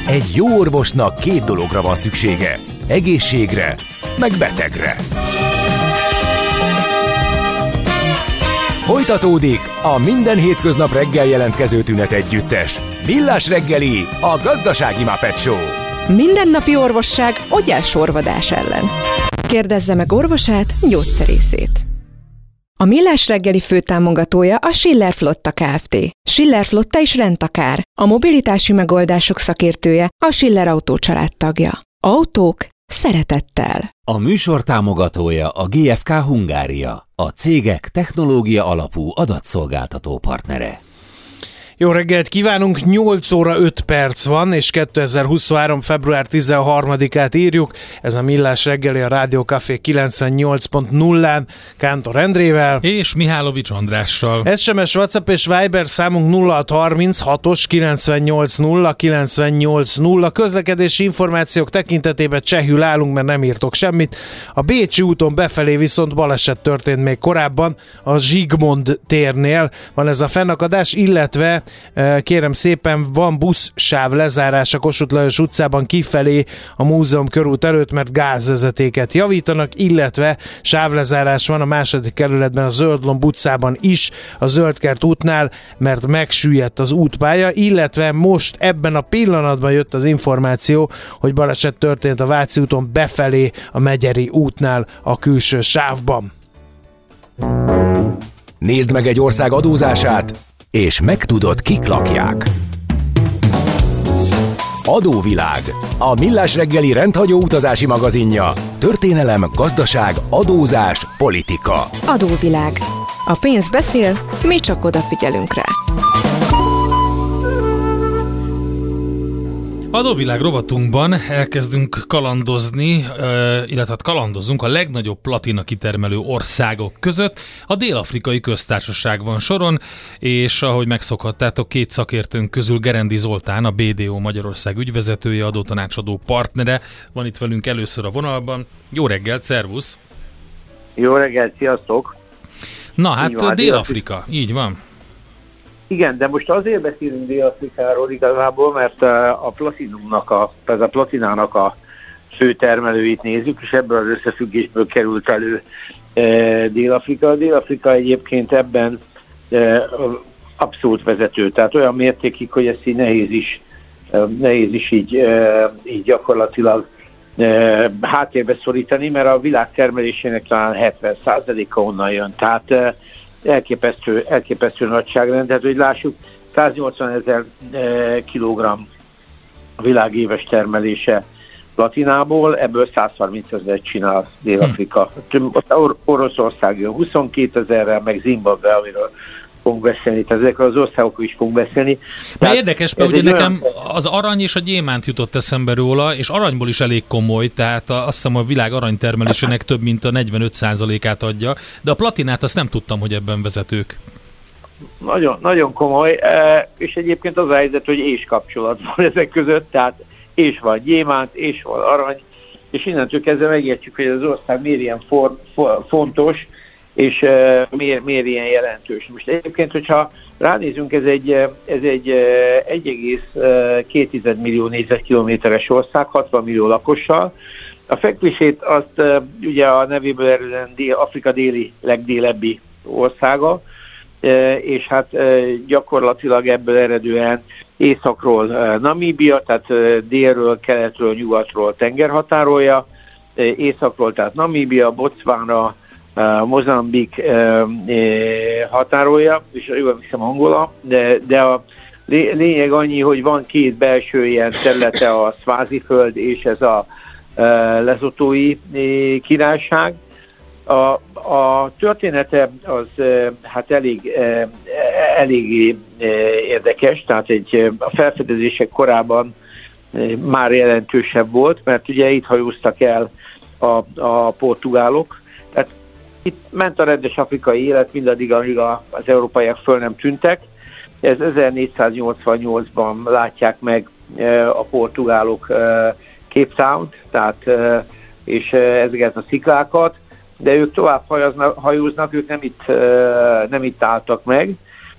Egy jó orvosnak két dologra van szüksége. Egészségre, meg betegre. Folytatódik a minden hétköznap reggel jelentkező tünet együttes. Millás reggeli, a gazdasági Muppet Show. Mindennapi orvosság ogyásorvadás ellen. Kérdezze meg orvosát, gyógyszerészét. A Millás reggeli főtámogatója a Schiller Flotta Kft. Schiller Flotta is rendtakár. A mobilitási megoldások szakértője, a Schiller Autó család tagja. Autók szeretettel. A műsor támogatója a GFK Hungária, a cégek technológia alapú adatszolgáltató partnere. Jó reggelt kívánunk, 8 óra 5 perc van, és 2023. február 13-át írjuk. Ez a Millás reggeli a Rádió Café 98.0-án Kántor Endrével. És Mihálovics Andrással. SMS, WhatsApp és Viber számunk 0636-os 980980. Közlekedési információk tekintetében csehül állunk, mert nem írtok semmit. A Bécsi úton befelé viszont baleset történt még korábban, a Zsigmond térnél van ez a fennakadás, illetve kérem szépen, van buszsáv lezárás a Kossuth Lajos utcában kifelé a múzeum körút előtt, mert gázvezetéket javítanak, illetve sávlezárás van a második kerületben a Zöldlomb utcában is, a Zöldkert útnál, mert megsüllyedt az útpálya, illetve most ebben a pillanatban jött az információ, hogy baleset történt a Váci úton befelé a Megyeri útnál a külső sávban. Nézd meg egy ország adózását, és megtudod, kik lakják. Adóvilág, a Millás reggeli rendhagyó utazási magazinja. Történelem, gazdaság, adózás, politika. Adóvilág. A pénz beszél, mi csak odafigyelünk rá. Adóvilág rovatunkban elkezdünk kalandozni, illetve kalandozunk a legnagyobb platina kitermelő országok között. A Dél-Afrikai Köztársaság van soron, és ahogy megszokhattátok, két szakértőnk közül Gerendi Zoltán, a BDO Magyarország ügyvezetője, adótanácsadó partnere van itt velünk először a vonalban. Jó reggelt, szervusz! Jó reggelt, sziasztok! Na hát Dél-Afrika, így van. Igen, de most azért beszélünk Dél-Afrikáról igazából, mert a platinának a fő termelőit nézzük, és ebből az összefüggésből került elő Dél-Afrika. Dél-Afrika egyébként ebben abszolút vezető, tehát olyan mértékig, hogy ezt így nehéz is így gyakorlatilag háttérbe szorítani, mert a világ termelésének talán 70%-a onnan jön, tehát elképesztő nagyságrend, tehát hogy lássuk, 180 000 kilogramm a világ éves termelése platinából, ebből 130 000 csinál Dél-Afrika. Oroszország jön 22 000-rel, meg Zimbabwe, amiről fogunk beszélni, tehát ezekről az országokról is fogunk beszélni. Mert érdekes, mert ugye nekem az arany és a gyémánt jutott eszembe róla, és aranyból is elég komoly, tehát azt hiszem a világ aranytermelésének több mint a 45%-át adja, de a platinát azt nem tudtam, hogy ebben vezetők. Nagyon, nagyon komoly, és egyébként az a helyzet, hogy és kapcsolat van ezek között, tehát és van gyémánt, és van arany, és innentől kezdve megértjük, hogy az ország miért ilyen fontos, és miért ilyen jelentős. Most egyébként, hogyha ránézünk, ez egy 1,2 millió négyzetkilométeres ország, 60 millió lakossal. A fekvését azt ugye a nevéből eredően Afrika legdélebbi országa, és hát gyakorlatilag ebből eredően északról Namíbia, tehát délről, keletről, nyugatról tengerhatárolja, északról tehát Namíbia, Botswana, Mozambik határolja, és jól hiszem Angola, de a lényeg annyi, hogy van két belső ilyen területe, a Szváziföld és ez a Lesotói királyság. A története az hát elég érdekes, tehát a felfedezések korában már jelentősebb volt, mert ugye itt hajóztak el a portugálok, tehát itt ment a rendes afrikai élet mindaddig, amíg az európaiak föl nem tűntek. Ez 1488-ban látják meg a portugálok Cape Town-t, tehát, és ezeket a sziklákat, de ők tovább hajóznak, ők nem itt álltak meg,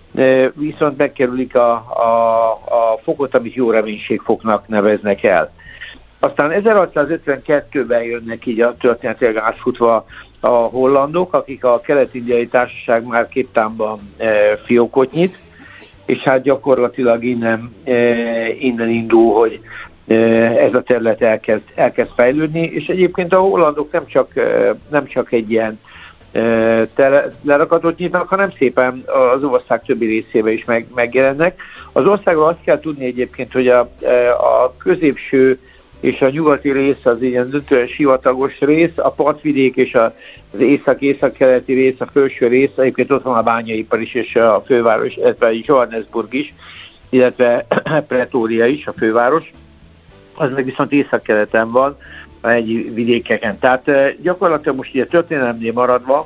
viszont megkerülik a fokot, amit jó reménységfoknak neveznek el. Aztán 1652-ben jönnek így a történetileg átfutva a hollandok, akik a Kelet-indiai Társaság már Cape fiókot nyit, és hát gyakorlatilag innen indul, hogy ez a terület elkezd fejlődni, és egyébként a hollandok nem csak egy ilyen lerakatot nyitnak, hanem szépen az ország többi részébe is megjelennek. Az országról azt kell tudni egyébként, hogy a középső és a nyugati rész az ilyen döntően sivatagos rész, a partvidék és az észak-észak-keleti rész, a felső rész, egyébként ott van a bányaipar is, és a főváros, illetve Johannesburg is, illetve Pretória is, a főváros, az meg viszont észak-keleten van, egy vidékeken. Tehát gyakorlatilag most ugye történelemnél maradva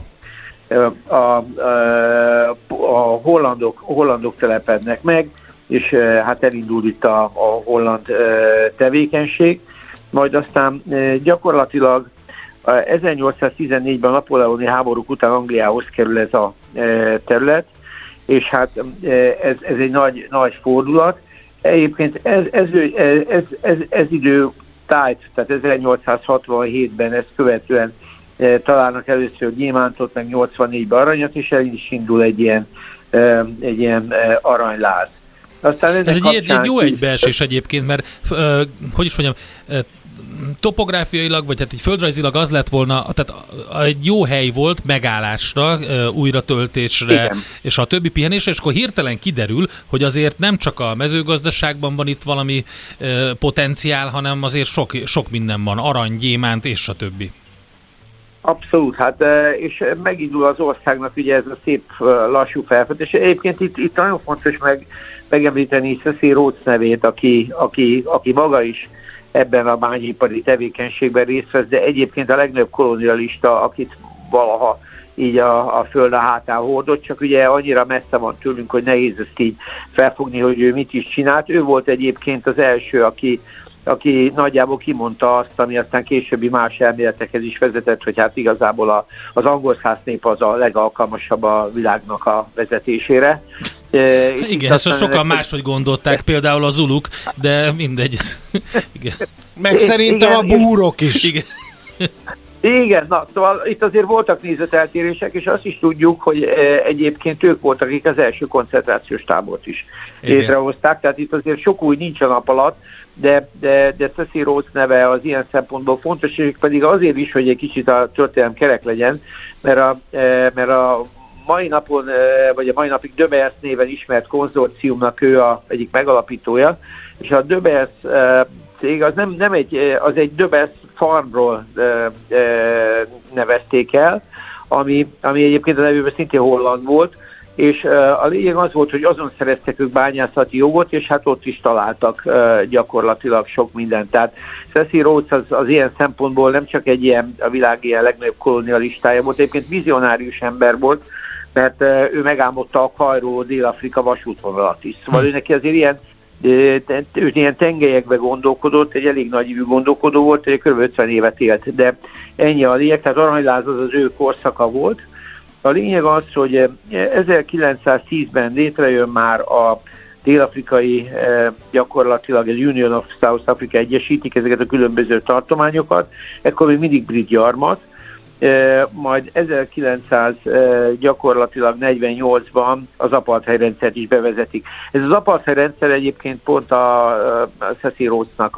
a hollandok telepednek meg, és hát elindul itt a holland tevékenység, majd aztán gyakorlatilag 1814-ben a napóleoni háborúk után Angliához kerül ez a terület, és hát ez egy nagy fordulat. Egyébként ez idő tájt, tehát 1867-ben ezt követően találnak először gyémántot, meg 84-ben aranyat, és el is indul egy ilyen aranyláz. Aztán ez egy jó egybeesés egyébként, mert hogy is mondjam, topográfiailag, vagy hát így földrajzilag az lett volna, tehát egy jó hely volt megállásra, újratöltésre, igen, és a többi pihenésre, és akkor hirtelen kiderül, hogy azért nem csak a mezőgazdaságban van itt valami potenciál, hanem azért sok minden van, arany, gyémánt és a többi. Abszolút, hát és megindul az országnak ugye ez a szép lassú felfedezés. Egyébként itt nagyon fontos megemlíteni Cecil Rhodes nevét, aki maga is ebben a bányipari tevékenységben részt vesz, de egyébként a legnagyobb kolonialista, akit valaha így a föld a hátán hordott, csak ugye annyira messze van tőlünk, hogy nehéz ezt így felfogni, hogy ő mit is csinált. Ő volt egyébként az első, aki nagyjából kimondta azt, ami aztán későbbi más elméletekhez is vezetett, hogy hát igazából az angol száz nép az a legalkalmasabb a világnak a vezetésére. Igen, ezt sokan máshogy gondolták, például a zuluk, de mindegy. Igen. Meg szerintem a búrok is. Igen. Igen, na, szóval itt azért voltak nézeteltérések, és azt is tudjuk, hogy egyébként ők voltak, akik az első koncentrációs tábort is létrehozták, tehát itt azért sok új nincs a nap alatt, de Cecil Rhodes neve az ilyen szempontból fontos, és pedig azért is, hogy egy kicsit a történelem kerek legyen, mert a mai napon, vagy a mai napig De Beers néven ismert konzorciumnak ő egyik megalapítója, és a De Beers cég az az egy De Beers farmról nevezték el, ami egyébként a nevében szintén holland volt, és a lényeg az volt, hogy azon szereztek ők bányászati jogot, és hát ott is találtak gyakorlatilag sok mindent. Tehát Cecil Rhodes az ilyen szempontból nem csak egy ilyen, a világ ilyen legnagyobb kolonialistája volt, egyébként vizionárius ember volt, mert ő megálmodta a Kairó Dél-Afrika vasútvonalat is. Szóval ő neki azért ilyen tengelyekbe gondolkodott, egy elég nagy ívű gondolkodó volt, egy kb. 50 évet élt, de ennyi a lényeg, tehát aranyláz az ő korszaka volt. A lényeg az, hogy 1910-ben létrejön már a dél-afrikai, gyakorlatilag az Union of South Africa egyesítik ezeket a különböző tartományokat, ekkor még mindig brit gyarmat, majd 1900 gyakorlatilag 48-ban az apartheid rendszert is bevezetik. Ez az apartheid rendszer egyébként pont a Cecil Rhodesnak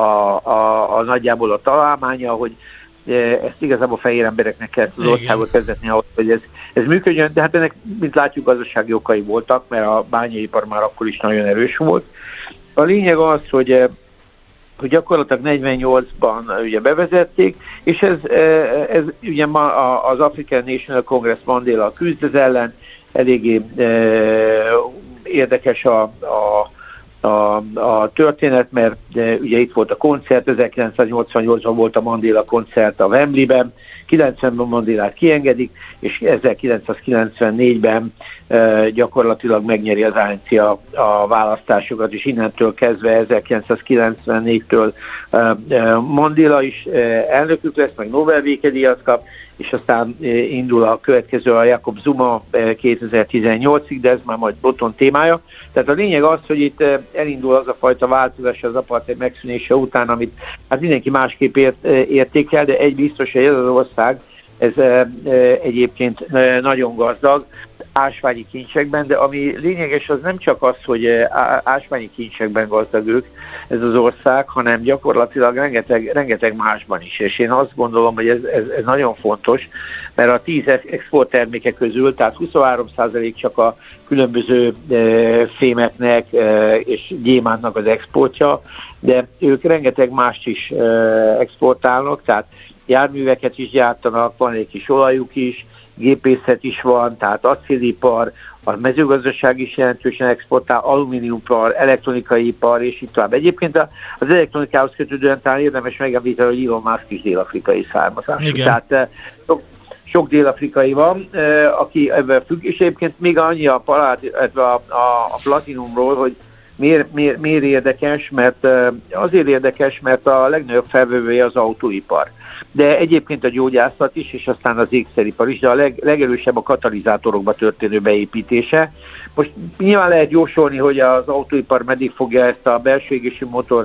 a nagyjából a találmánya, hogy ezt igazából fehér embereknek kell az országot vezetni ahhoz, hogy ez működjön, de hát ennek, mint látjuk, gazdasági okai voltak, mert a bányaipar már akkor is nagyon erős volt. A lényeg az, hogy gyakorlatilag 48-ban ugye bevezették, és ez ugye ma az African National Congress Mandela küzd ez ellen, eléggé érdekes a történet, mert ugye itt volt a koncert, 1988-ban volt a Mandela koncert a Wembleyben, 90-ben Mandelát kiengedik, és 1994-ben gyakorlatilag megnyeri az ANC a választásokat, és innentől kezdve 1994-től Mandela is elnökük lesz, meg Nobel békedíjat kap, és aztán indul a következő, a Jakob Zuma 2018-ig, de ez már majd Botton témája. Tehát a lényeg az, hogy itt elindul az a fajta változás az apartheid megszűnése után, amit hát mindenki másképp értékel, de egy biztos, hogy ez az ország, ez egyébként nagyon gazdag ásványi kincsekben, de ami lényeges, az nem csak az, hogy ásványi kincsekben gazdag ők, ez az ország, hanem gyakorlatilag rengeteg másban is. És én azt gondolom, hogy ez nagyon fontos, mert a 10 exportterméke közül, tehát 23% csak a különböző fémeknek és gyémántnak az exportja, de ők rengeteg mást is exportálnak, tehát járműveket is gyártanak, van egy kis olajuk is, gépészet is van, tehát acélipar, a mezőgazdaság is jelentősen exportál, alumíniumpar, elektronikai ipar, és így tovább. Egyébként az elektronikához kötődően talán érdemes megemlíteni, hogy Elon Musk is dél-afrikai származású. Tehát sok dél-afrikai van, aki ebben függ, és egyébként még annyi a platinumról, hogy miért érdekes, mert azért érdekes, mert a legnagyobb felvevője az autóipar. De egyébként a gyógyászat is, és aztán az ékszeripar is, de a legerősebb a katalizátorokba történő beépítése. Most nyilván lehet jósolni, hogy az autóipar meddig fogja ezt a belső égésű motor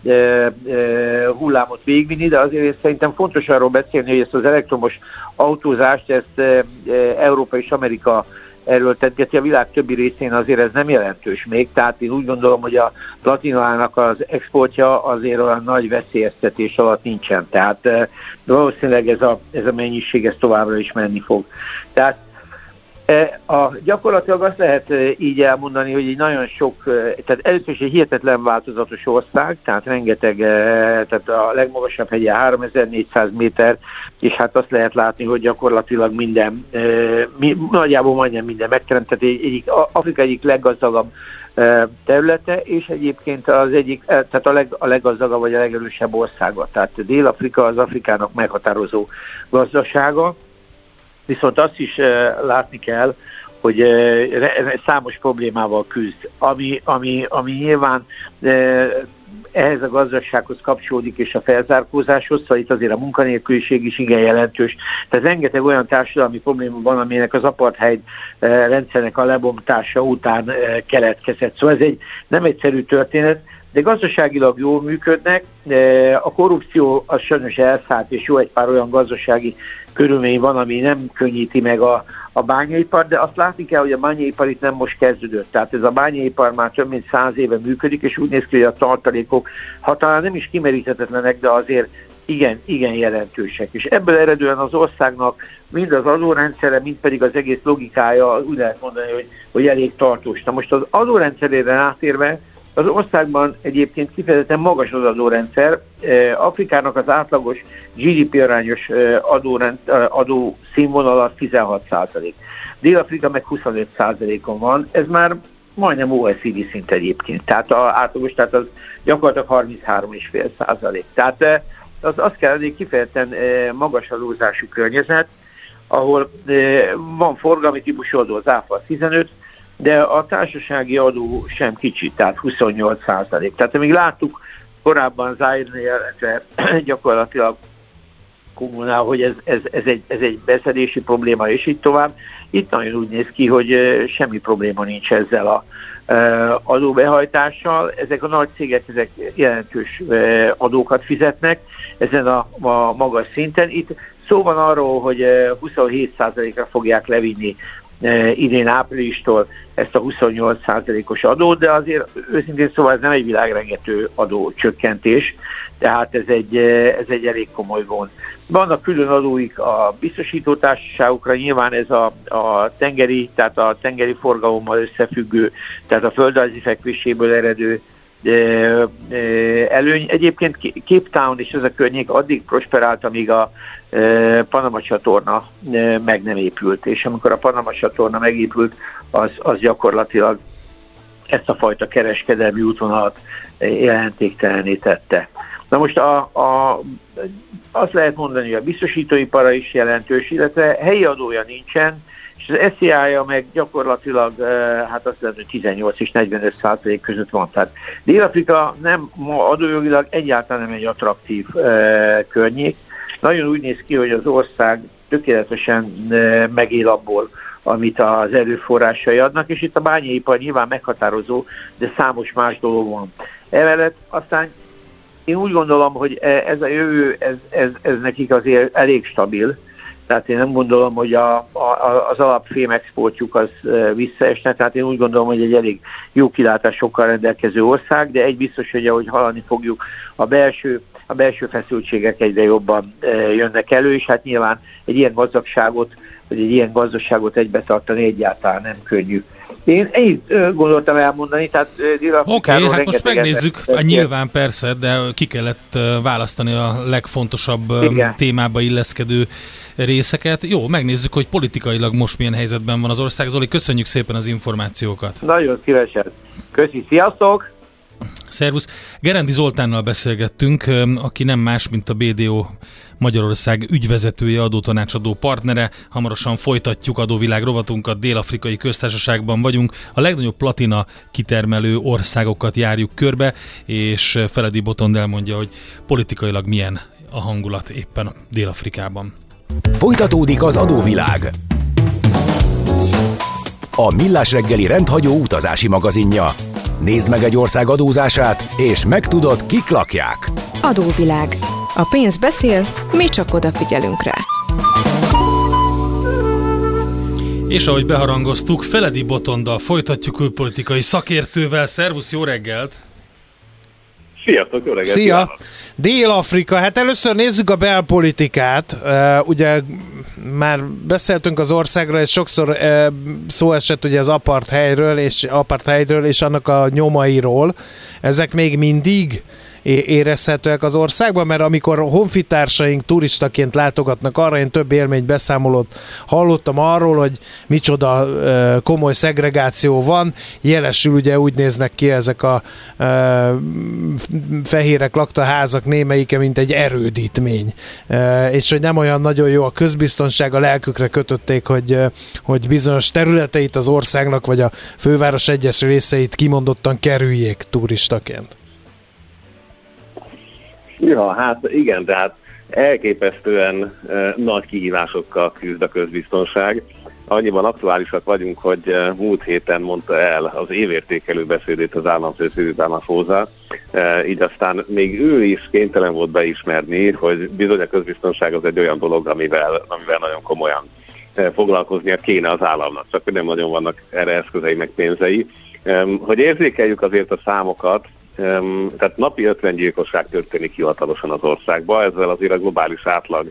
hullámot végvinni, de azért szerintem fontos arról beszélni, hogy ezt az elektromos autózást, ezt Európa és Amerika erőltetgeti, a világ többi részén azért ez nem jelentős még, tehát én úgy gondolom, hogy a platinának az exportja azért olyan nagy veszélyeztetés alatt nincsen, tehát valószínűleg ez a mennyiség ez továbbra is menni fog. Tehát gyakorlatilag azt lehet így elmondani, hogy egy nagyon sok, tehát először is egy hihetetlen változatos ország, tehát rengeteg, tehát a legmagasabb hegye 3400 méter, és hát azt lehet látni, hogy gyakorlatilag minden, nagyjából majdnem minden megteremtett, Afrika egyik leggazdagabb területe, és egyébként az egyik, tehát a leggazdagabb vagy a legerősebb országa. Tehát Dél-Afrika az Afrikának meghatározó gazdasága, viszont azt is látni kell, hogy számos problémával küzd, ami nyilván ehhez a gazdasághoz kapcsolódik, és a felzárkózáshoz, szóval itt azért a munkanélküliség is igen jelentős. Tehát rengeteg olyan társadalmi probléma van, aminek az apartheid rendszernek a lebontása után keletkezett. Szóval ez egy nem egyszerű történet, de gazdaságilag jól működnek, a korrupció az sajnos elszállt, és jó egy pár olyan gazdasági körülmény van, ami nem könnyíti meg a bányaipar, de azt látni kell, hogy a bányaipar itt nem most kezdődött. Tehát ez a bányaipar már több mint 100 éve működik, és úgy néz ki, hogy a tartalékok talán nem is kimeríthetetlenek, de azért igen jelentősek. És ebből eredően az országnak mind az adórendszere, mind pedig az egész logikája úgy lehet mondani, hogy elég tartós. Na most az adórendszerére átérve, az országban egyébként kifejezetten magas az adórendszer. Afrikának az átlagos GDP arányos adó színvonala 16%. Dél-Afrika meg 25%-on van. Ez már majdnem OECD szint egyébként. Tehát átlagos, tehát az gyakorlatilag 33,5%. Tehát az kell, hogy kifejezetten magas adózású környezet, ahol van forgalmi típusú adó, az áfa 15%, de a társasági adó sem kicsi, tehát 28%. Tehát amíg láttuk korábban Zaire-nél, gyakorlatilag kommunál, hogy ez egy beszedési probléma, és így tovább. Itt nagyon úgy néz ki, hogy semmi probléma nincs ezzel a adóbehajtással. Ezek a nagy cégek ezek jelentős adókat fizetnek ezen a magas szinten. Itt szó van arról, hogy 27%-ra fogják levinni idén áprilistól ezt a 28%-os adót, de azért őszintén szóval ez nem egy világrengető adócsökkentés, tehát ez egy elég komoly gond. Vannak külön adóik a biztosítótársaságokra, nyilván ez a tengeri, tehát a tengeri forgalommal összefüggő, tehát a földrajzi fekvéséből eredő előny. Egyébként Cape Town és ez a környék addig prosperált, amíg a Panama csatorna meg nem épült, és amikor a Panama csatorna megépült, az gyakorlatilag ezt a fajta kereskedelmi útvonalat jelentéktelenné tette. Na most azt lehet mondani, hogy a biztosítóipara is jelentős, illetve helyi adója nincsen, és az SZIA-ja meg gyakorlatilag, hát azt lehet, hogy 18 és 45% között van. Tehát Dél-Afrika nem ma adójogilag egyáltalán nem egy attraktív környék. Nagyon úgy néz ki, hogy az ország tökéletesen megél abból, amit az erőforrásai adnak, és itt a bányaipar nyilván meghatározó, de számos más dolog van. Emellett aztán én úgy gondolom, hogy ez a jövő, ez nekik azért elég stabil, tehát én nem gondolom, hogy az alapfém exportjuk az visszaesne, tehát én úgy gondolom, hogy egy elég jó kilátásokkal rendelkező ország, de egy biztos, hogy ahogy hallani fogjuk, a belső feszültségek egyre jobban jönnek elő, és hát nyilván egy ilyen gazdagságot, vagy egy ilyen gazdaságot egybetartani egyáltalán nem könnyű. Én gondoltam elmondani, tehát Oké, hát most megnézzük, nyilván persze, de ki kellett választani a legfontosabb témába illeszkedő részeket. Jó, megnézzük, hogy politikailag most milyen helyzetben van az ország. Zoli, köszönjük szépen az információkat. Nagyon szívesen. Köszi, sziasztok! Szervusz! Gerendi Zoltánnal beszélgettünk, aki nem más, mint a BDO Magyarország ügyvezetője, adótanácsadó partnere. Hamarosan folytatjuk adóvilág rovatunkat, Dél-Afrikai Köztársaságban vagyunk. A legnagyobb platina kitermelő országokat járjuk körbe, és Feledi Botond elmondja, hogy politikailag milyen a hangulat éppen Dél-Afrikában. Folytatódik az adóvilág. A Millás reggeli rendhagyó utazási magazinja. Nézd meg egy ország adózását, és megtudod, kik lakják. Adóvilág. A pénz beszél, mi csak odafigyelünk rá. És ahogy beharangoztuk, Feledi Botonddal folytatjuk, külpolitikai szakértővel. Szervusz, jó reggelt! Sziasztok, jó reggelt! Szia! Dél-Afrika, hát először nézzük a belpolitikát. Ugye már beszéltünk az országról, és sokszor szó esett ugye az apartheidről és annak a nyomairól. Ezek még mindig érezhetőek az országban, mert amikor honfitársaink turistaként látogatnak arra, én több élménybeszámolót hallottam arról, hogy micsoda komoly szegregáció van, jelesül ugye úgy néznek ki ezek a fehérek lakta házak némelyike, mint egy erődítmény. És hogy nem olyan nagyon jó a közbiztonság, a lelkükre kötötték, hogy bizonyos területeit az országnak, vagy a főváros egyes részeit kimondottan kerüljék turistaként. Ja, hát igen, de hát elképesztően nagy kihívásokkal küzd a közbiztonság. Annyiban aktuálisak vagyunk, hogy múlt héten mondta el az évértékelő beszédét az államfő Ramaphosa, így aztán még ő is kénytelen volt beismerni, hogy bizony a közbiztonság az egy olyan dolog, amivel nagyon komolyan foglalkoznia kéne az államnak, csak hogy nem nagyon vannak erre eszközei meg pénzei. Hogy érzékeljük azért a számokat, tehát napi 50 gyilkosság történik hivatalosan az országban, ezzel azért a globális átlag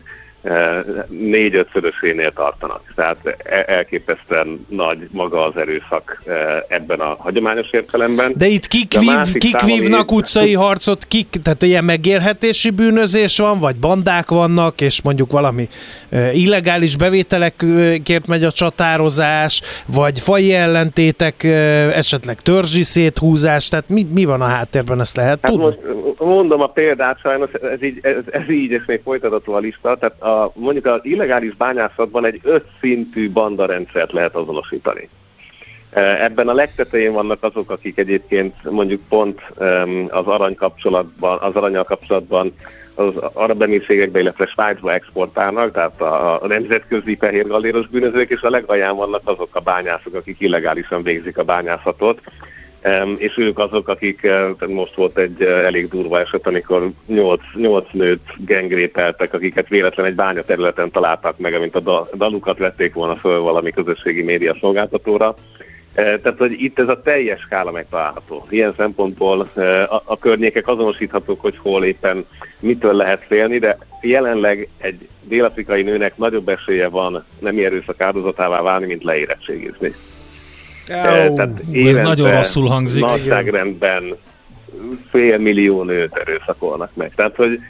4-5-szörösénél tartanak. Tehát elképesztően nagy maga az erőszak ebben a hagyományos értelemben. De itt kik vívnak utcai harcot, tehát ilyen megélhetési bűnözés van, vagy bandák vannak, és mondjuk valami illegális bevételekért megy a csatározás, vagy faji ellentétek, esetleg törzsi széthúzás, tehát mi van a háttérben, ezt lehet tudni? Most mondom a példát, sajnos ez így, és még folytatható a lista, tehát mondjuk az illegális bányászatban egy 5 szintű bandarendszert lehet azonosítani. Ebben a legtetején vannak azok, akik egyébként mondjuk pont az arannyal kapcsolatban az arab emírségekbe, illetve Svájcba exportálnak, tehát a nemzetközi fehérgalléros bűnözők, és a legalján vannak azok a bányászok, akik illegálisan végzik a bányászatot. És ők azok, akik, most volt egy elég durva eset, amikor 8 nőt gengrépeltek, akiket véletlen egy bányaterületen találtak meg, amint a dalukat vették volna föl valami közösségi média szolgáltatóra. Tehát, hogy itt ez a teljes skála megtalálható. Ilyen szempontból a környékek azonosíthatók, hogy hol éppen mitől lehet félni, de jelenleg egy dél-afrikai nőnek nagyobb esélye van nemi erőszak áldozatává válni, mint leérettségizni. Tehát ez nagyon rosszul hangzik. Nagyságrendben 500 000 nőt erőszakolnak meg. Tehát, hogy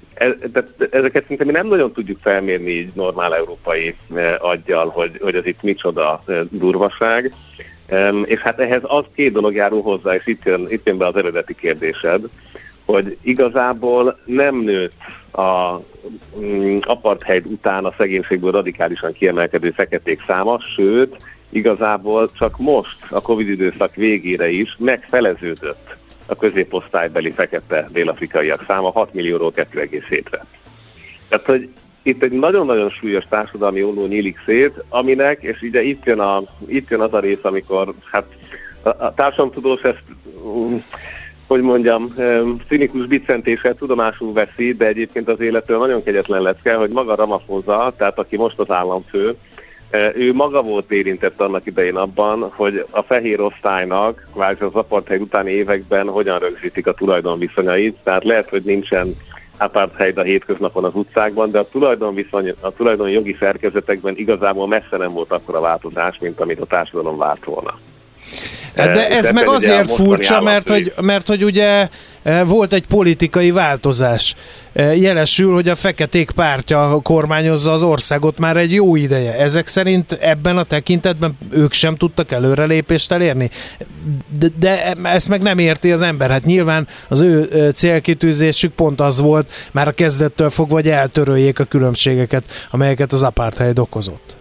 ezeket szinte mi nem nagyon tudjuk felmérni így normál európai aggyal, hogy ez itt micsoda durvaság. És hát ehhez az 2 dolog járul hozzá, és itt jön be az eredeti kérdésed, hogy igazából nem nőtt a apartheid után a szegénységből radikálisan kiemelkedő feketék száma, sőt, igazából csak most, a Covid időszak végére is megfeleződött a középosztálybeli fekete dél-afrikaiak száma 6 millióról 2,7-re. Tehát, hogy itt egy nagyon-nagyon súlyos társadalmi olló nyílik szét, aminek, és ugye itt jön az a rész, amikor hát a társadalomtudós ezt, hogy mondjam, cinikus biccentéssel tudomásul veszi, de egyébként az életről nagyon kegyetlen lecke, hogy maga Ramaphosa, tehát aki most az államfő, ő maga volt érintett annak idején abban, hogy a fehér osztálynak kvázi az apartheid utáni években hogyan rögzítik a tulajdonviszonyait, tehát lehet, hogy nincsen apartheid a hétköznapon az utcákban, de a tulajdonjogi szerkezetekben igazából messze nem volt akkora változás, mint amit a társadalom várt volna. De ez meg azért furcsa, mert hogy ugye volt egy politikai változás. Jelesül, hogy a feketék pártja kormányozza az országot már egy jó ideje. Ezek szerint ebben a tekintetben ők sem tudtak előrelépést elérni. De ezt meg nem érti az ember. Hát nyilván az ő célkitűzésük pont az volt, már a kezdettől fogva, hogy eltöröljék a különbségeket, amelyeket az apartheid okozott.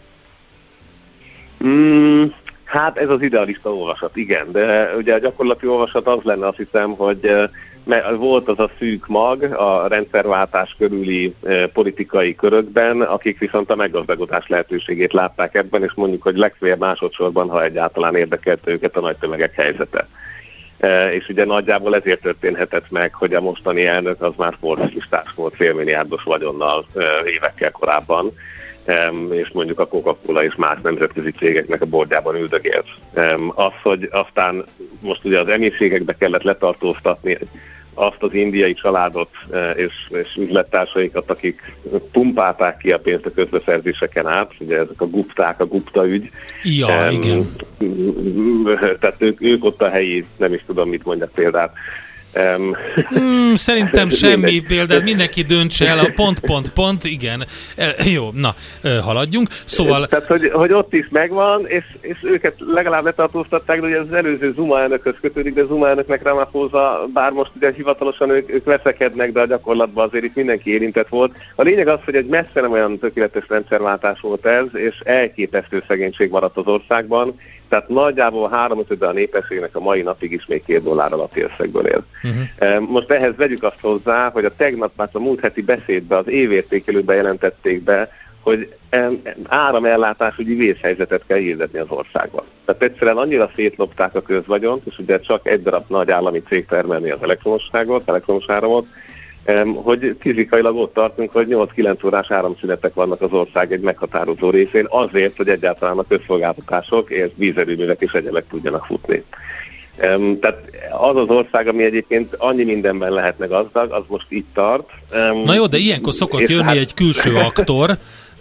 Hát ez az idealista olvasat, igen, de ugye a gyakorlati olvasat az lenne, azt hiszem, hogy volt az a szűk mag a rendszerváltás körüli politikai körökben, akik viszont a meggazdagodás lehetőségét látták ebben, és mondjuk, hogy legfeljebb másodszorban, ha egyáltalán érdekelt őket a nagy tömegek helyzete. És ugye nagyjából ezért történhetett meg, hogy a mostani elnök az már forraszlistás volt félmilliárdos vagyonnal évekkel korábban, és mondjuk a Coca-Cola és más nemzetközi cégeknek a bordjában üldögélt. Az, hogy aztán most ugye az emírségekbe kellett letartóztatni azt az indiai családot és üzlettársaikat, akik pumpálták ki a pénzt a közbeszerzéseken át, ugye ezek a Gupták, a Gupta ügy. Ja, igen. Tehát ők ott a helyi, nem is tudom, mit mondjak példát. Szerintem semmi példát, mindenki döntse el a pont, igen. Jó, na, haladjunk. Szóval... Tehát, hogy ott is megvan, és őket legalább letartóztatták, de ugye az előző Zuma elnökhöz kötődik, de Zuma elnöknek Ramaphosa, bár most ugye hivatalosan ők veszekednek, de a gyakorlatban azért itt mindenki érintett volt. A lényeg az, hogy egy messze nem olyan tökéletes rendszerváltás volt ez, és elképesztő szegénység maradt az országban. Tehát nagyjából 3/5 a népességnek a mai napig is még $2 alatti összegből él. Most ehhez vegyük azt hozzá, hogy a tegnap már a múlt heti beszédben az évértékelőben jelentették be, hogy áramellátásügyi vészhelyzetet kell hirdetni az országban. Tehát egyszerűen annyira szétlopták a közvagyont, és ugye csak egy darab nagy állami cég termelni az elektromos áramot, hogy fizikailag ott tartunk, hogy 8-9 órás áramszünetek vannak az ország egy meghatározó részén, azért, hogy egyáltalán a közszolgáltatások és vízerőművek és egyebek tudjanak futni. Tehát az az ország, ami egyébként annyi mindenben lehetne gazdag, az most itt tart. Na jó, de ilyenkor szokott jönni egy külső aktor,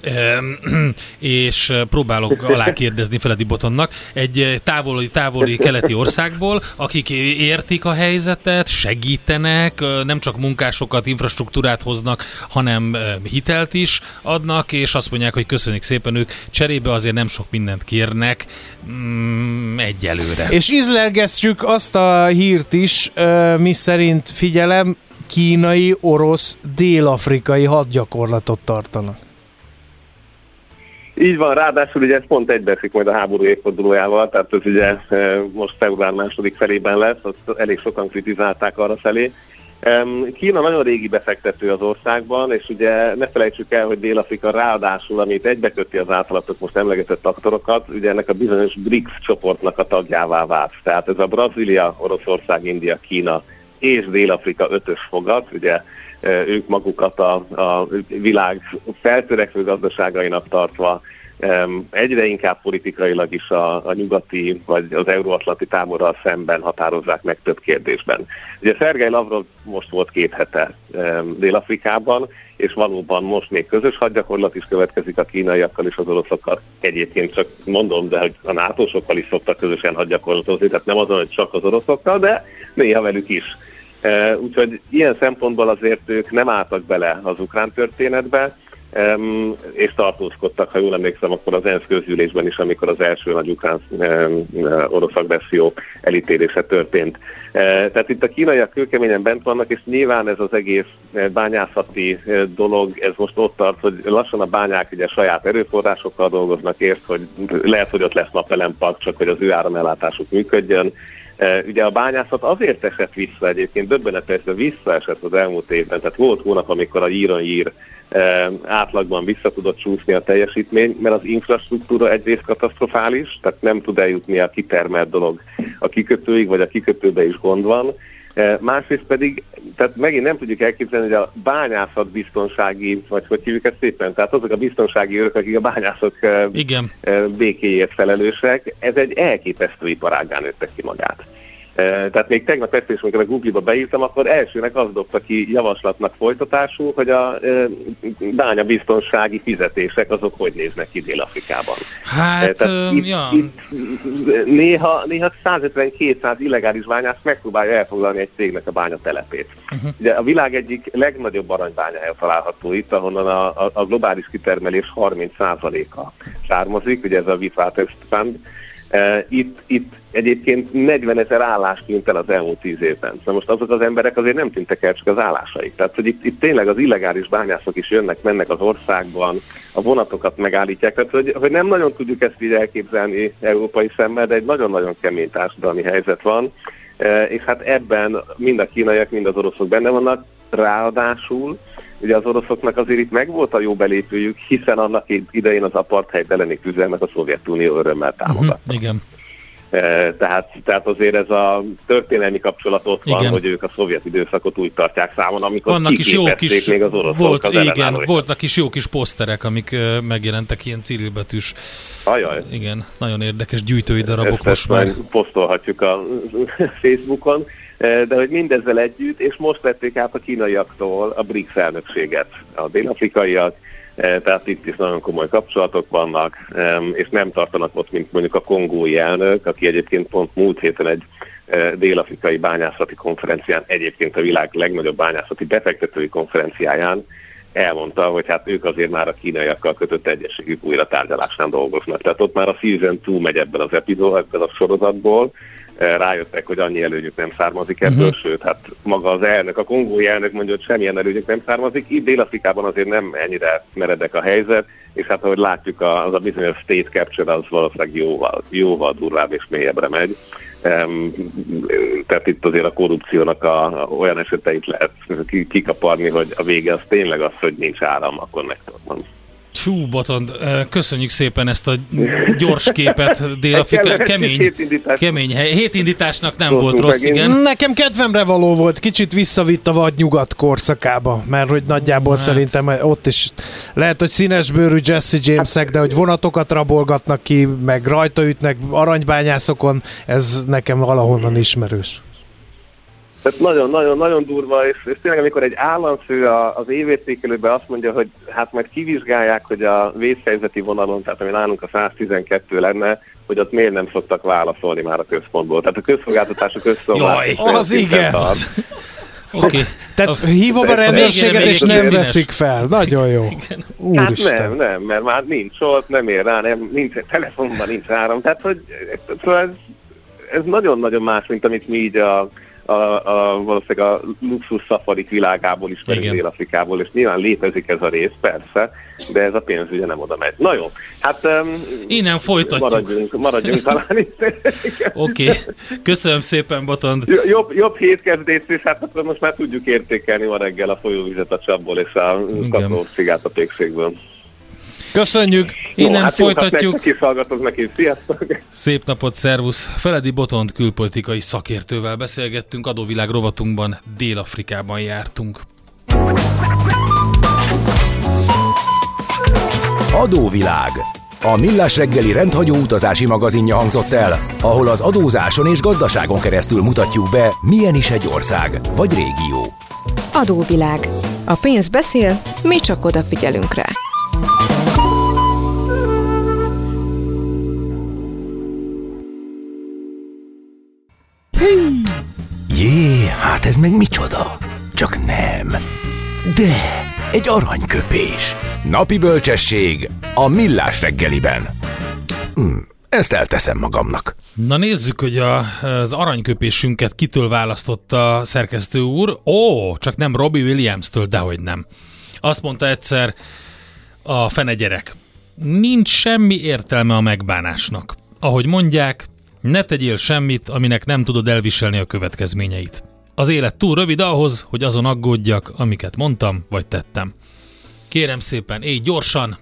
és próbálok alákérdezni Feledi Botonnak, egy távoli keleti országból, akik értik a helyzetet, segítenek, nem csak munkásokat, infrastruktúrát hoznak, hanem hitelt is adnak, és azt mondják, hogy köszönjük szépen, ők cserébe azért nem sok mindent kérnek egyelőre. És ízlelgesszük azt a hírt is, mi szerint, figyelem, kínai, orosz, dél-afrikai hadgyakorlatot tartanak. Így van, ráadásul ugye ez pont egybeesik majd a háború évfordulójával, tehát ez ugye most február második felében lesz, azt elég sokan kritizálták arra felé. Kína nagyon régi befektető az országban, és ugye ne felejtsük el, hogy Dél-Afrika ráadásul, amit egybeköti az általatok most emlegetett aktorokat, ugye ennek a bizonyos BRICS csoportnak a tagjává vált. Tehát ez a Brazília, Oroszország, India, Kína és Dél-Afrika 5-ös fogat, ugye ők magukat a világ feltörekvő gazdaságainak tartva egyre inkább politikailag is a nyugati vagy az euróatlanti táborral szemben határozzák meg több kérdésben. Ugye Szergej Lavrov most volt 2 hete Dél-Afrikában, és valóban most még közös hadgyakorlat is következik a kínaiakkal és az oroszokkal. Egyébként csak mondom, de hogy a NATO-sokkal is szoktak közösen hadgyakorlatozni, tehát nem azon, hogy csak az oroszokkal, de néha velük is. Úgyhogy ilyen szempontból azért ők nem álltak bele az ukrán történetbe, és tartózkodtak, ha jól emlékszem, akkor az ENSZ közgyűlésben is, amikor az első nagy ukrán-orosz agresszió elítélése történt. Tehát itt a kínaiak kőkeményen bent vannak, és nyilván ez az egész bányászati dolog, ez most ott tart, hogy lassan a bányák ugye saját erőforrásokkal dolgoznak, hogy lehet, hogy ott lesz napelempark, csak hogy az ő áramellátásuk működjön. Ugye a bányászat azért esett vissza egyébként, döbbenetesen visszaesett az elmúlt évben, tehát volt hónap, amikor a year-on-year átlagban vissza tudott csúszni a teljesítmény, mert az infrastruktúra egyrészt katasztrofális, tehát nem tud eljutni a kitermelt dolog a kikötőig, vagy a kikötőbe is gond van. Másrészt pedig, tehát megint nem tudjuk elképzelni, hogy a bányászat biztonsági, vagy hogy hívjuk ezt szépen, tehát azok a biztonsági őrök, akik a bányászok békéjét felelősek, ez egy elképesztő iparággá nőttek ki magát. Tehát még tegnap este is, amikor a Google-ba beírtam, akkor elsőnek az dobta ki javaslatnak folytatásul, hogy a bányabiztonsági fizetések azok hogy néznek ki Dél-Afrikában. Hát, itt néha 150-200 illegális bányász megpróbálja elfoglalni egy cégnek a bányatelepét. Ugye a világ egyik legnagyobb aranybányája található itt, ahonnan a globális kitermelés 30%-a származik, ugye ez a Witwatersrand. Itt egyébként 40 000 állás tűnt el az elmúlt 10 évben. Szóval most azok az emberek azért nem tűntek el, csak az állásaik. Tehát, hogy itt tényleg az illegális bányászok is jönnek, mennek az országban, a vonatokat megállítják. Tehát, hogy nem nagyon tudjuk ezt így elképzelni európai szemmel, de egy nagyon-nagyon kemény társadalmi helyzet van. És hát ebben mind a kínaiak, mind az oroszok benne vannak. Ráadásul ugye az oroszoknak azért itt megvolt a jó belépőjük, hiszen annak idején az apartheid elleni küzdelmet a Szovjetunió örömmel támogatta. Igen. Tehát azért ez a történelmi kapcsolat ott van, hogy ők a szovjet időszakot úgy tartják számon, amikor vannak kiképezték még az oroszok az ellenállóikat. Voltak is jó kis poszterek, amik megjelentek ilyen cirilbetűs. Ajaj. Igen, nagyon érdekes gyűjtői darabok ezt most már. Posztolhatjuk a Facebookon, de hogy mindezzel együtt, és most vették át a kínaiaktól a BRICS elnökséget, a dél-afrikaiak, tehát itt is nagyon komoly kapcsolatok vannak, és nem tartanak ott, mint mondjuk a kongói elnök, aki egyébként pont múlt héten egy dél-afrikai bányászati konferencián, egyébként a világ legnagyobb bányászati befektetői konferenciáján elmondta, hogy hát ők azért már a kínaiakkal kötött egyességük újra tárgyalásnál dolgoznak. Tehát ott már a Season 2 megy ebben az epizódban, a sorozatból, rájöttek, hogy annyi előnyük nem származik ebből, sőt, hát maga az elnök, a kongói elnök mondja, hogy semmilyen előnyük nem származik. Itt Dél-Afrikában azért nem ennyire meredek a helyzet, és hát ahogy látjuk, az a bizonyos state capture az valószínűleg jóval durvább és mélyebbre megy. Tehát itt azért a korrupciónak olyan eseteit lehet kikaparni, hogy a vége az tényleg az, hogy nincs áram a konnektorban. Hú, Botond, köszönjük szépen ezt a gyors képet, Dél-Afrika, kemény hely. Hétindításnak nem volt rossz, igen. Nekem kedvemre való volt, kicsit visszavitt a vadnyugat korszakába, mert hogy nagyjából szerintem ott is lehet, hogy színesbőrű Jesse Jamesek, de hogy vonatokat rabolgatnak ki, meg rajta ütnek aranybányászokon, ez nekem valahonnan ismerős. Tehát nagyon durva, és tényleg amikor egy államfő az évértékelőben azt mondja, hogy hát majd kivizsgálják, hogy a vészhelyzeti vonalon, tehát ami nálunk a 112 lenne, hogy ott miért nem szoktak válaszolni már a központból. Tehát a közszolgáltatások összeomlás. Az igen! Okay. Tehát hívom a rendőrséget, és nem veszik fel. Nagyon jó. Úristen. Hát nem, mert már nincs ott, nem ér rá, nincs telefonban, nincs áram. Tehát, hogy ez nagyon-nagyon más, mint amit mi így valószínűleg a luxus szafarik világából ismerünk Dél-Afrikából, és nyilván létezik ez a rész, persze, de ez a pénz ugye nem oda megy. Na jó, hát innen folytatjuk. Maradjunk talán itt. Oké. Köszönöm szépen, Botond. Jobb hétkezdés, és hát akkor most már tudjuk értékelni ma reggel a folyóvizet a csapból és a katrócigát a pékszékből. Köszönjük! Innen folytatjuk. Sziasztok! Szép napot, szervusz! Feledi Botond külpolitikai szakértővel beszélgettünk, adóvilág rovatunkban Dél-Afrikában jártunk. Adóvilág. A Millás reggeli rendhagyó utazási magazinja hangzott el, ahol az adózáson és gazdaságon keresztül mutatjuk be, milyen is egy ország vagy régió. Adóvilág. A pénz beszél, mi csak odafigyelünk rá. Jé, hát ez meg micsoda? Csak nem. De, egy aranyköpés. Napi bölcsesség a Millás reggeliben. Ezt elteszem magamnak. Na nézzük, hogy az aranyköpésünket kitől választotta a szerkesztő úr. Csak nem Robbie Williams-től, dehogy nem. Azt mondta egyszer a fene gyerek. Nincs semmi értelme a megbánásnak. Ahogy mondják, Ne tegyél semmit, aminek nem tudod elviselni a következményeit. Az élet túl rövid ahhoz, hogy azon aggódjak, amiket mondtam, vagy tettem. Kérem szépen, élj gyorsan,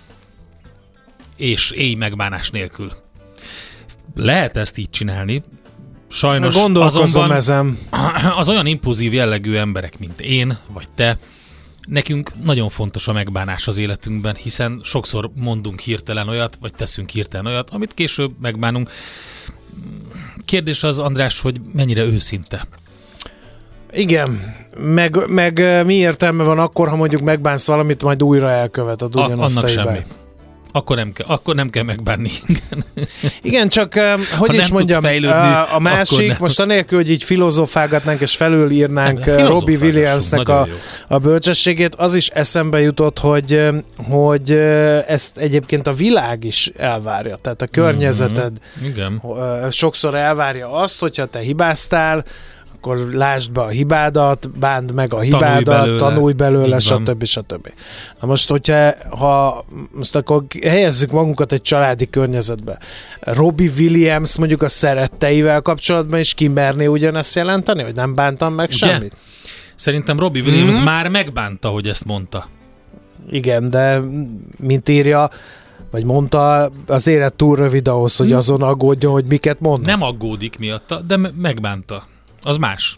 és élj megbánás nélkül. Lehet ezt így csinálni. Sajnos gondolkozom ezen. Az olyan impulzív jellegű emberek, mint én, vagy te, nekünk nagyon fontos a megbánás az életünkben, hiszen sokszor mondunk hirtelen olyat, vagy teszünk hirtelen olyat, amit később megbánunk. Kérdés az, András, hogy mennyire őszinte. Igen, meg mi értelme van akkor, ha mondjuk megbánsz valamit, majd újra elköveted ugyanazt annak a hibát. semmi. Akkor nem kell megbánni. Igen, csak hogy is mondjam, a másik, most anélkül, hogy így filozofálgatnánk és felülírnánk Robbie Williamsnek a bölcsességét, az is eszembe jutott, hogy ezt egyébként a világ is elvárja. Tehát a környezeted sokszor elvárja azt, hogyha te hibáztál, akkor lásd be a hibádat, bánd meg a hibádat, tanulj belőle, stb. Na most, most akkor helyezzük magunkat egy családi környezetbe. Robbie Williams mondjuk a szeretteivel kapcsolatban is kimerné ugyanezt jelenteni, hogy nem bántam meg semmit? Szerintem Robbie Williams már megbánta, hogy ezt mondta. Igen, de mint írja, vagy mondta, az élet túl rövid ahhoz, hogy azon aggódjon, hogy miket mond. Nem aggódik miatta, de megbánta. Az más.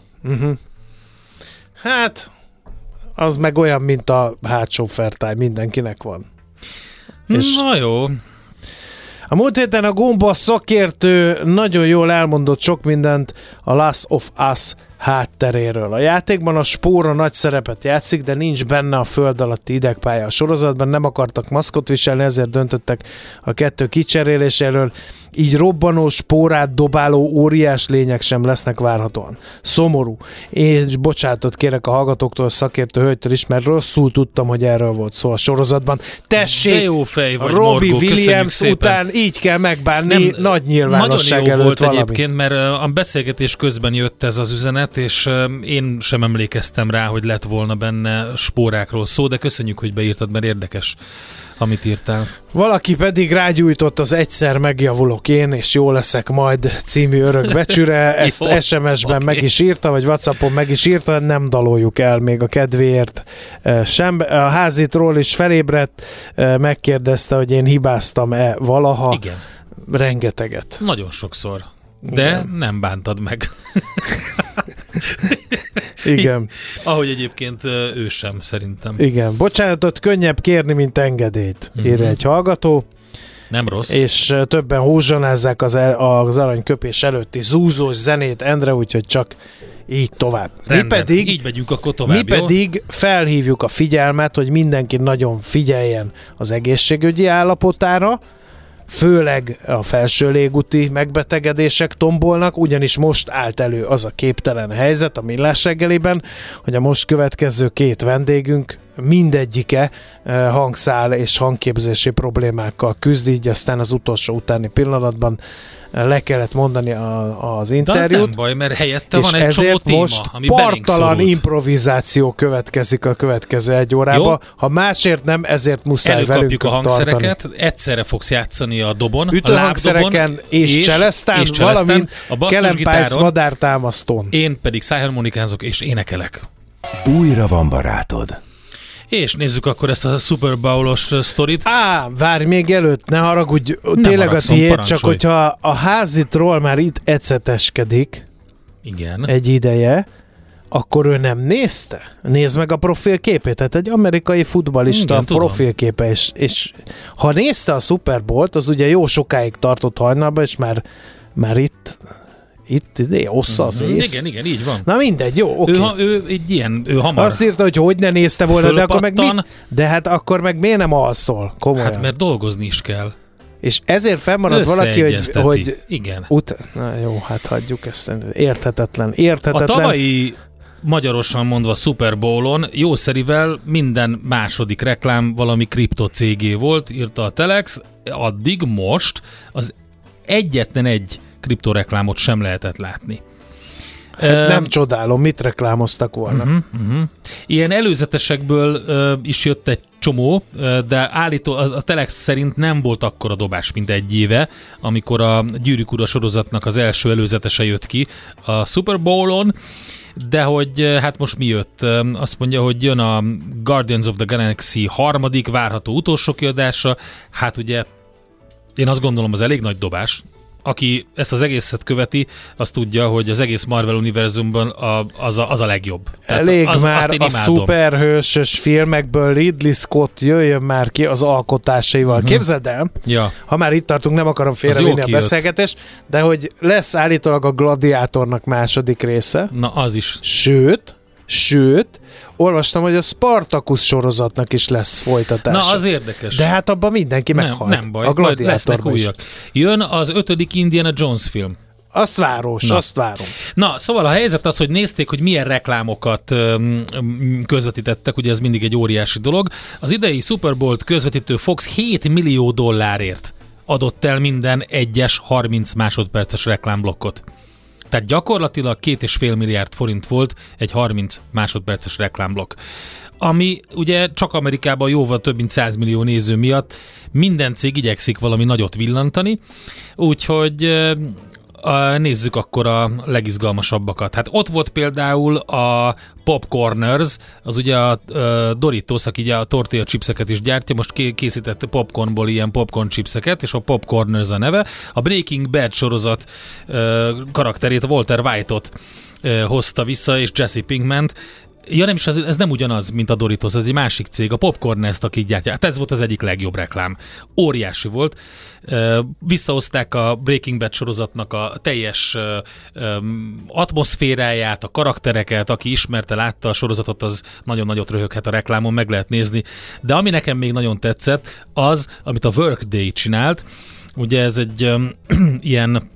Hát, az meg olyan, mint a hátsó fertály, mindenkinek van. Na jó. A múlt héten a Gomba szakértő nagyon jól elmondott sok mindent a Last of Us hátteréről. A játékban a spóra nagy szerepet játszik, de nincs benne a föld alatti idegpálya. A sorozatban nem akartak maszkot viselni, ezért döntöttek a 2 kicseréléséről. Így robbanó, spórát dobáló óriás lények sem lesznek várhatóan. Szomorú. És bocsánatot kérek a hallgatóktól, a szakértő hölgytől is, mert rosszul tudtam, hogy erről volt szó a sorozatban. Tessék, jó fej vagy, Robbie Morgó, Williams után így kell megbánni nagy nyilvánosság előtt volt valami. Egyébként, mert a beszélgetés közben jött ez az üzenet, és én sem emlékeztem rá, hogy lett volna benne spórákról szó, de köszönjük, hogy beírtad, mert érdekes, amit írtál. Valaki pedig rágyújtott az egyszer megjavulok én, és jó leszek majd című örökbecsűre. Ezt jó, SMS-ben meg is írta, vagy WhatsAppon meg is írta, nem daloljuk el még a kedvéért sem. A házitról is felébredt, megkérdezte, hogy én hibáztam-e valaha. Igen. Rengeteget. Nagyon sokszor. De igen, nem bántad meg. Igen. Ahogy egyébként ő sem, szerintem. Igen. Bocsánatot könnyebb kérni, mint engedélyt, írja egy hallgató. Nem rossz. És többen húzsonázzák az aranyköpés előtti zúzós zenét, Endre, úgyhogy csak így tovább. Rendben, így megyünk akkor tovább. Mi pedig felhívjuk a figyelmet, hogy mindenki nagyon figyeljen az egészségügyi állapotára, főleg a felső légúti megbetegedések tombolnak, ugyanis most állt elő az a képtelen helyzet a Millás reggeliben, hogy a most következő 2 vendégünk mindegyike hangszál és hangképzési problémákkal küzd, így aztán az utolsó utáni pillanatban le kellett mondani az interjút. De az nem baj, mert helyette van egy ezért csomó téma, most ami parttalan improvizáció következik a következő 1 órában. Jó. Ha másért nem, ezért muszáj velünk a hangszereket, tartani. Egyszerre fogsz játszani a dobon, ütőhangszereken és cselesztán, valamint a kelempász madártámasztón. Én pedig szájharmonikázok és énekelek. Újra van barátod. És nézzük akkor ezt a Super Bowl-os sztorit. Várj még előtt, ne haragudj, tényleg a tiéd, csak hogyha a házitról már itt eceteskedik egy ideje, akkor ő nem nézte? Nézd meg a profilképét, tehát egy amerikai futballista profilképe, és ha nézte a Super Bowl-t, az ugye jó sokáig tartott hajnalban, és már itt ossza az ész. Igen, így van. Na mindegy, jó, oké. Ő hamar. Azt írta, hogy ne nézte volna, de akkor meg de hát akkor meg miért nem alszol? Komolyan. Hát mert dolgozni is kell. És ezért fennmarad valaki, hogy igen. Na jó, hát hagyjuk ezt. Érthetetlen. A tavalyi, magyarosan mondva Super Bowl-on jószerivel minden második reklám valami kriptocégé volt, írta a Telex, addig most az egyetlen egy kriptoreklámot sem lehetett látni. Hát nem csodálom, mit reklámoztak volna. Ilyen előzetesekből is jött egy csomó, de állító a Telex szerint nem volt akkora dobás, mint egy éve, amikor a Gyűrűk Ura sorozatnak az első előzetese jött ki a Super Bowl-on, de hogy hát most mi jött? Azt mondja, hogy jön a Guardians of the Galaxy harmadik, várható utolsó kiadása. Hát ugye én azt gondolom, az elég nagy dobás. Aki ezt az egészet követi, az tudja, hogy az egész Marvel univerzumban az a legjobb. Elég már a szuperhősös filmekből Ridley Scott jöjjön már ki az alkotásaival. Képzeld el, ha már itt tartunk, nem akarom félrevinni a beszélgetést, de hogy lesz állítólag a Gladiátornak második része. Na, az is. Sőt, olvastam, hogy a Spartacus sorozatnak is lesz folytatása. Na, az érdekes. De hát abban mindenki meghalt. Nem baj, a Gladiátorban is. Jön az 5. Indiana Jones film. Azt várom. Na, szóval a helyzet az, hogy nézték, hogy milyen reklámokat közvetítettek, ugye ez mindig egy óriási dolog. Az idei Super Bowl-t közvetítő Fox $7 millió adott el minden egyes 30 másodperces reklámblokkot. Tehát gyakorlatilag 2,5 milliárd forint volt egy 30 másodperces reklámblokk. Ami ugye csak Amerikában jóval több mint 100 millió néző miatt minden cég igyekszik valami nagyot villantani, úgyhogy nézzük akkor a legizgalmasabbakat. Hát ott volt például a Popcorners, az ugye a Doritos, aki ugye a tortilla chipseket is gyártja, most készítette popcornból ilyen popcorn chipseket, és a Popcorners a neve. A Breaking Bad sorozat karakterét, Walter White-ot hozta vissza, és Jesse Pinkmant. Ja, nem is, ez nem ugyanaz, mint a Doritos, ez egy másik cég, a Popcorners, aki gyártja. Hát ez volt az egyik legjobb reklám. Óriási volt. Visszahozták a Breaking Bad sorozatnak a teljes atmoszféráját, a karaktereket, aki ismerte, látta a sorozatot, az nagyon nagyot röhöghet a reklámon, meg lehet nézni. De ami nekem még nagyon tetszett, az, amit a Workday csinált. Ugye ez egy ilyen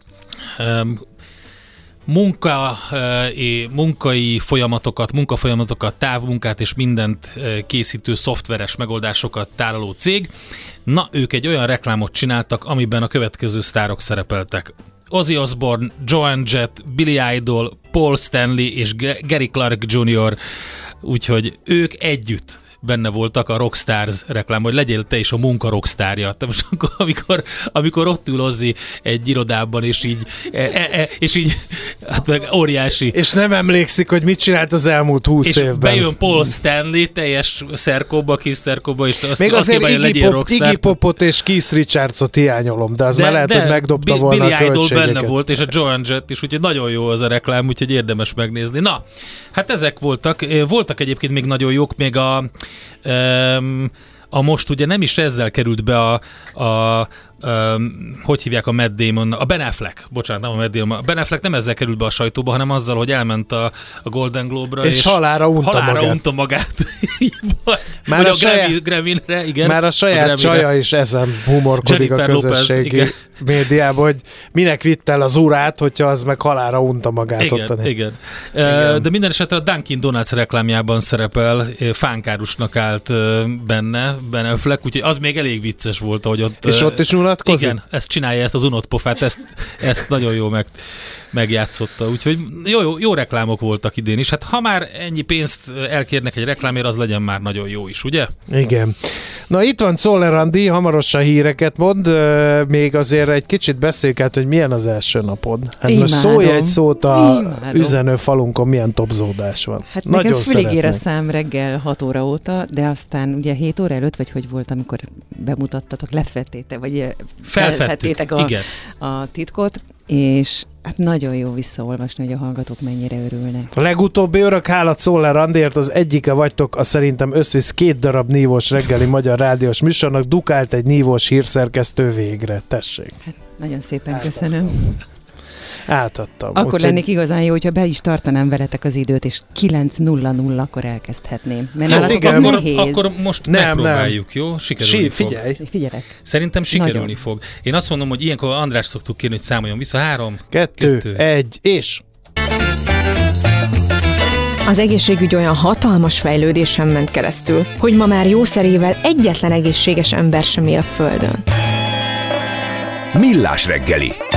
munkai munkafolyamatokat, távmunkát és mindent készítő szoftveres megoldásokat tálaló cég. Na, ők egy olyan reklámot csináltak, amiben a következő sztárok szerepeltek. Ozzy Osbourne, Joan Jett, Billy Idol, Paul Stanley és Gary Clark Jr. Úgyhogy ők együtt benne voltak a Rockstars reklám, hogy legyél te is a munka rockstárja. Te most amikor ott ül Ozzy egy irodában, és így hát meg óriási. És nem emlékszik, hogy mit csinált az elmúlt 20 évben. És bejön Paul Stanley teljes szerkóba, kis szerkóba, és még azért Iggy Popot és Keith Richardsot hiányolom, de az már lehet, hogy megdobta volna Billy a költségeket. Idol benne volt, és a Joan Jett is, úgyhogy nagyon jó az a reklám, úgyhogy érdemes megnézni. Na, hát ezek voltak. Voltak egyébként még nagyon jók, még a most ugye nem is ezzel került be hogy hívják a Matt Damon, a Ben Affleck, bocsánat, nem a Matt Damon, a Ben Affleck nem ezzel került be a sajtóba, hanem azzal, hogy elment a Golden Globe-ra, és halára unta magát. Már a Grammy-re, igen. Már a saját csaja is ezen humorkodik Jennifer a közösségi médiában, hogy minek vitt el az urát, hogyha az meg halára unta magát. Igen. De minden esetre a Dunkin Donuts reklámjában szerepel, fánkárusnak állt benne Ben Affleck, úgyhogy az még elég vicces volt, ahogy ott... És ott is unatkozik? Igen, ezt csinálja, ezt az unott pofát, ezt nagyon jó megjátszotta, úgyhogy jó reklámok voltak idén is. Hát ha már ennyi pénzt elkérnek egy reklámért, az legyen már nagyon jó is, ugye? Igen. Na itt van Czoller Andi, hamarosan híreket mond, még azért egy kicsit beszéljük át, hogy milyen az első napod. Hát most szólj egy szót a üzenőfalunkon, milyen topzódás van. Hát nagyon nekem fülig ér a szám reggel 6 óra óta, de aztán ugye 7 óra előtt, vagy hogy volt, amikor bemutattatok, felfedtétek a titkot, és hát nagyon jó visszaolvasni, hogy a hallgatók mennyire örülnek. A legutóbbi örök hála Czoller Andiért, az egyike vagytok a szerintem összvisz 2 darab nívós reggeli magyar rádiós műsornak, dukált egy nívós hírszerkesztő végre. Tessék. Hát nagyon szépen köszönöm. Átadtam. Akkor lennék igazán jó, hogyha be is tartanám veletek az időt, és 9:00 akkor elkezdhetném. Mert nálatok az nehéz. Akkor most megpróbáljuk, jó? Sikerülni fog. Figyelek. Szerintem sikerülni fog. Én azt mondom, hogy ilyenkor András szoktuk kérni, hogy számoljon vissza. 3, 2, 1, és... Az egészségügy olyan hatalmas fejlődésen ment keresztül, hogy ma már jószerével egyetlen egészséges ember sem él a Földön. Millás reggeli.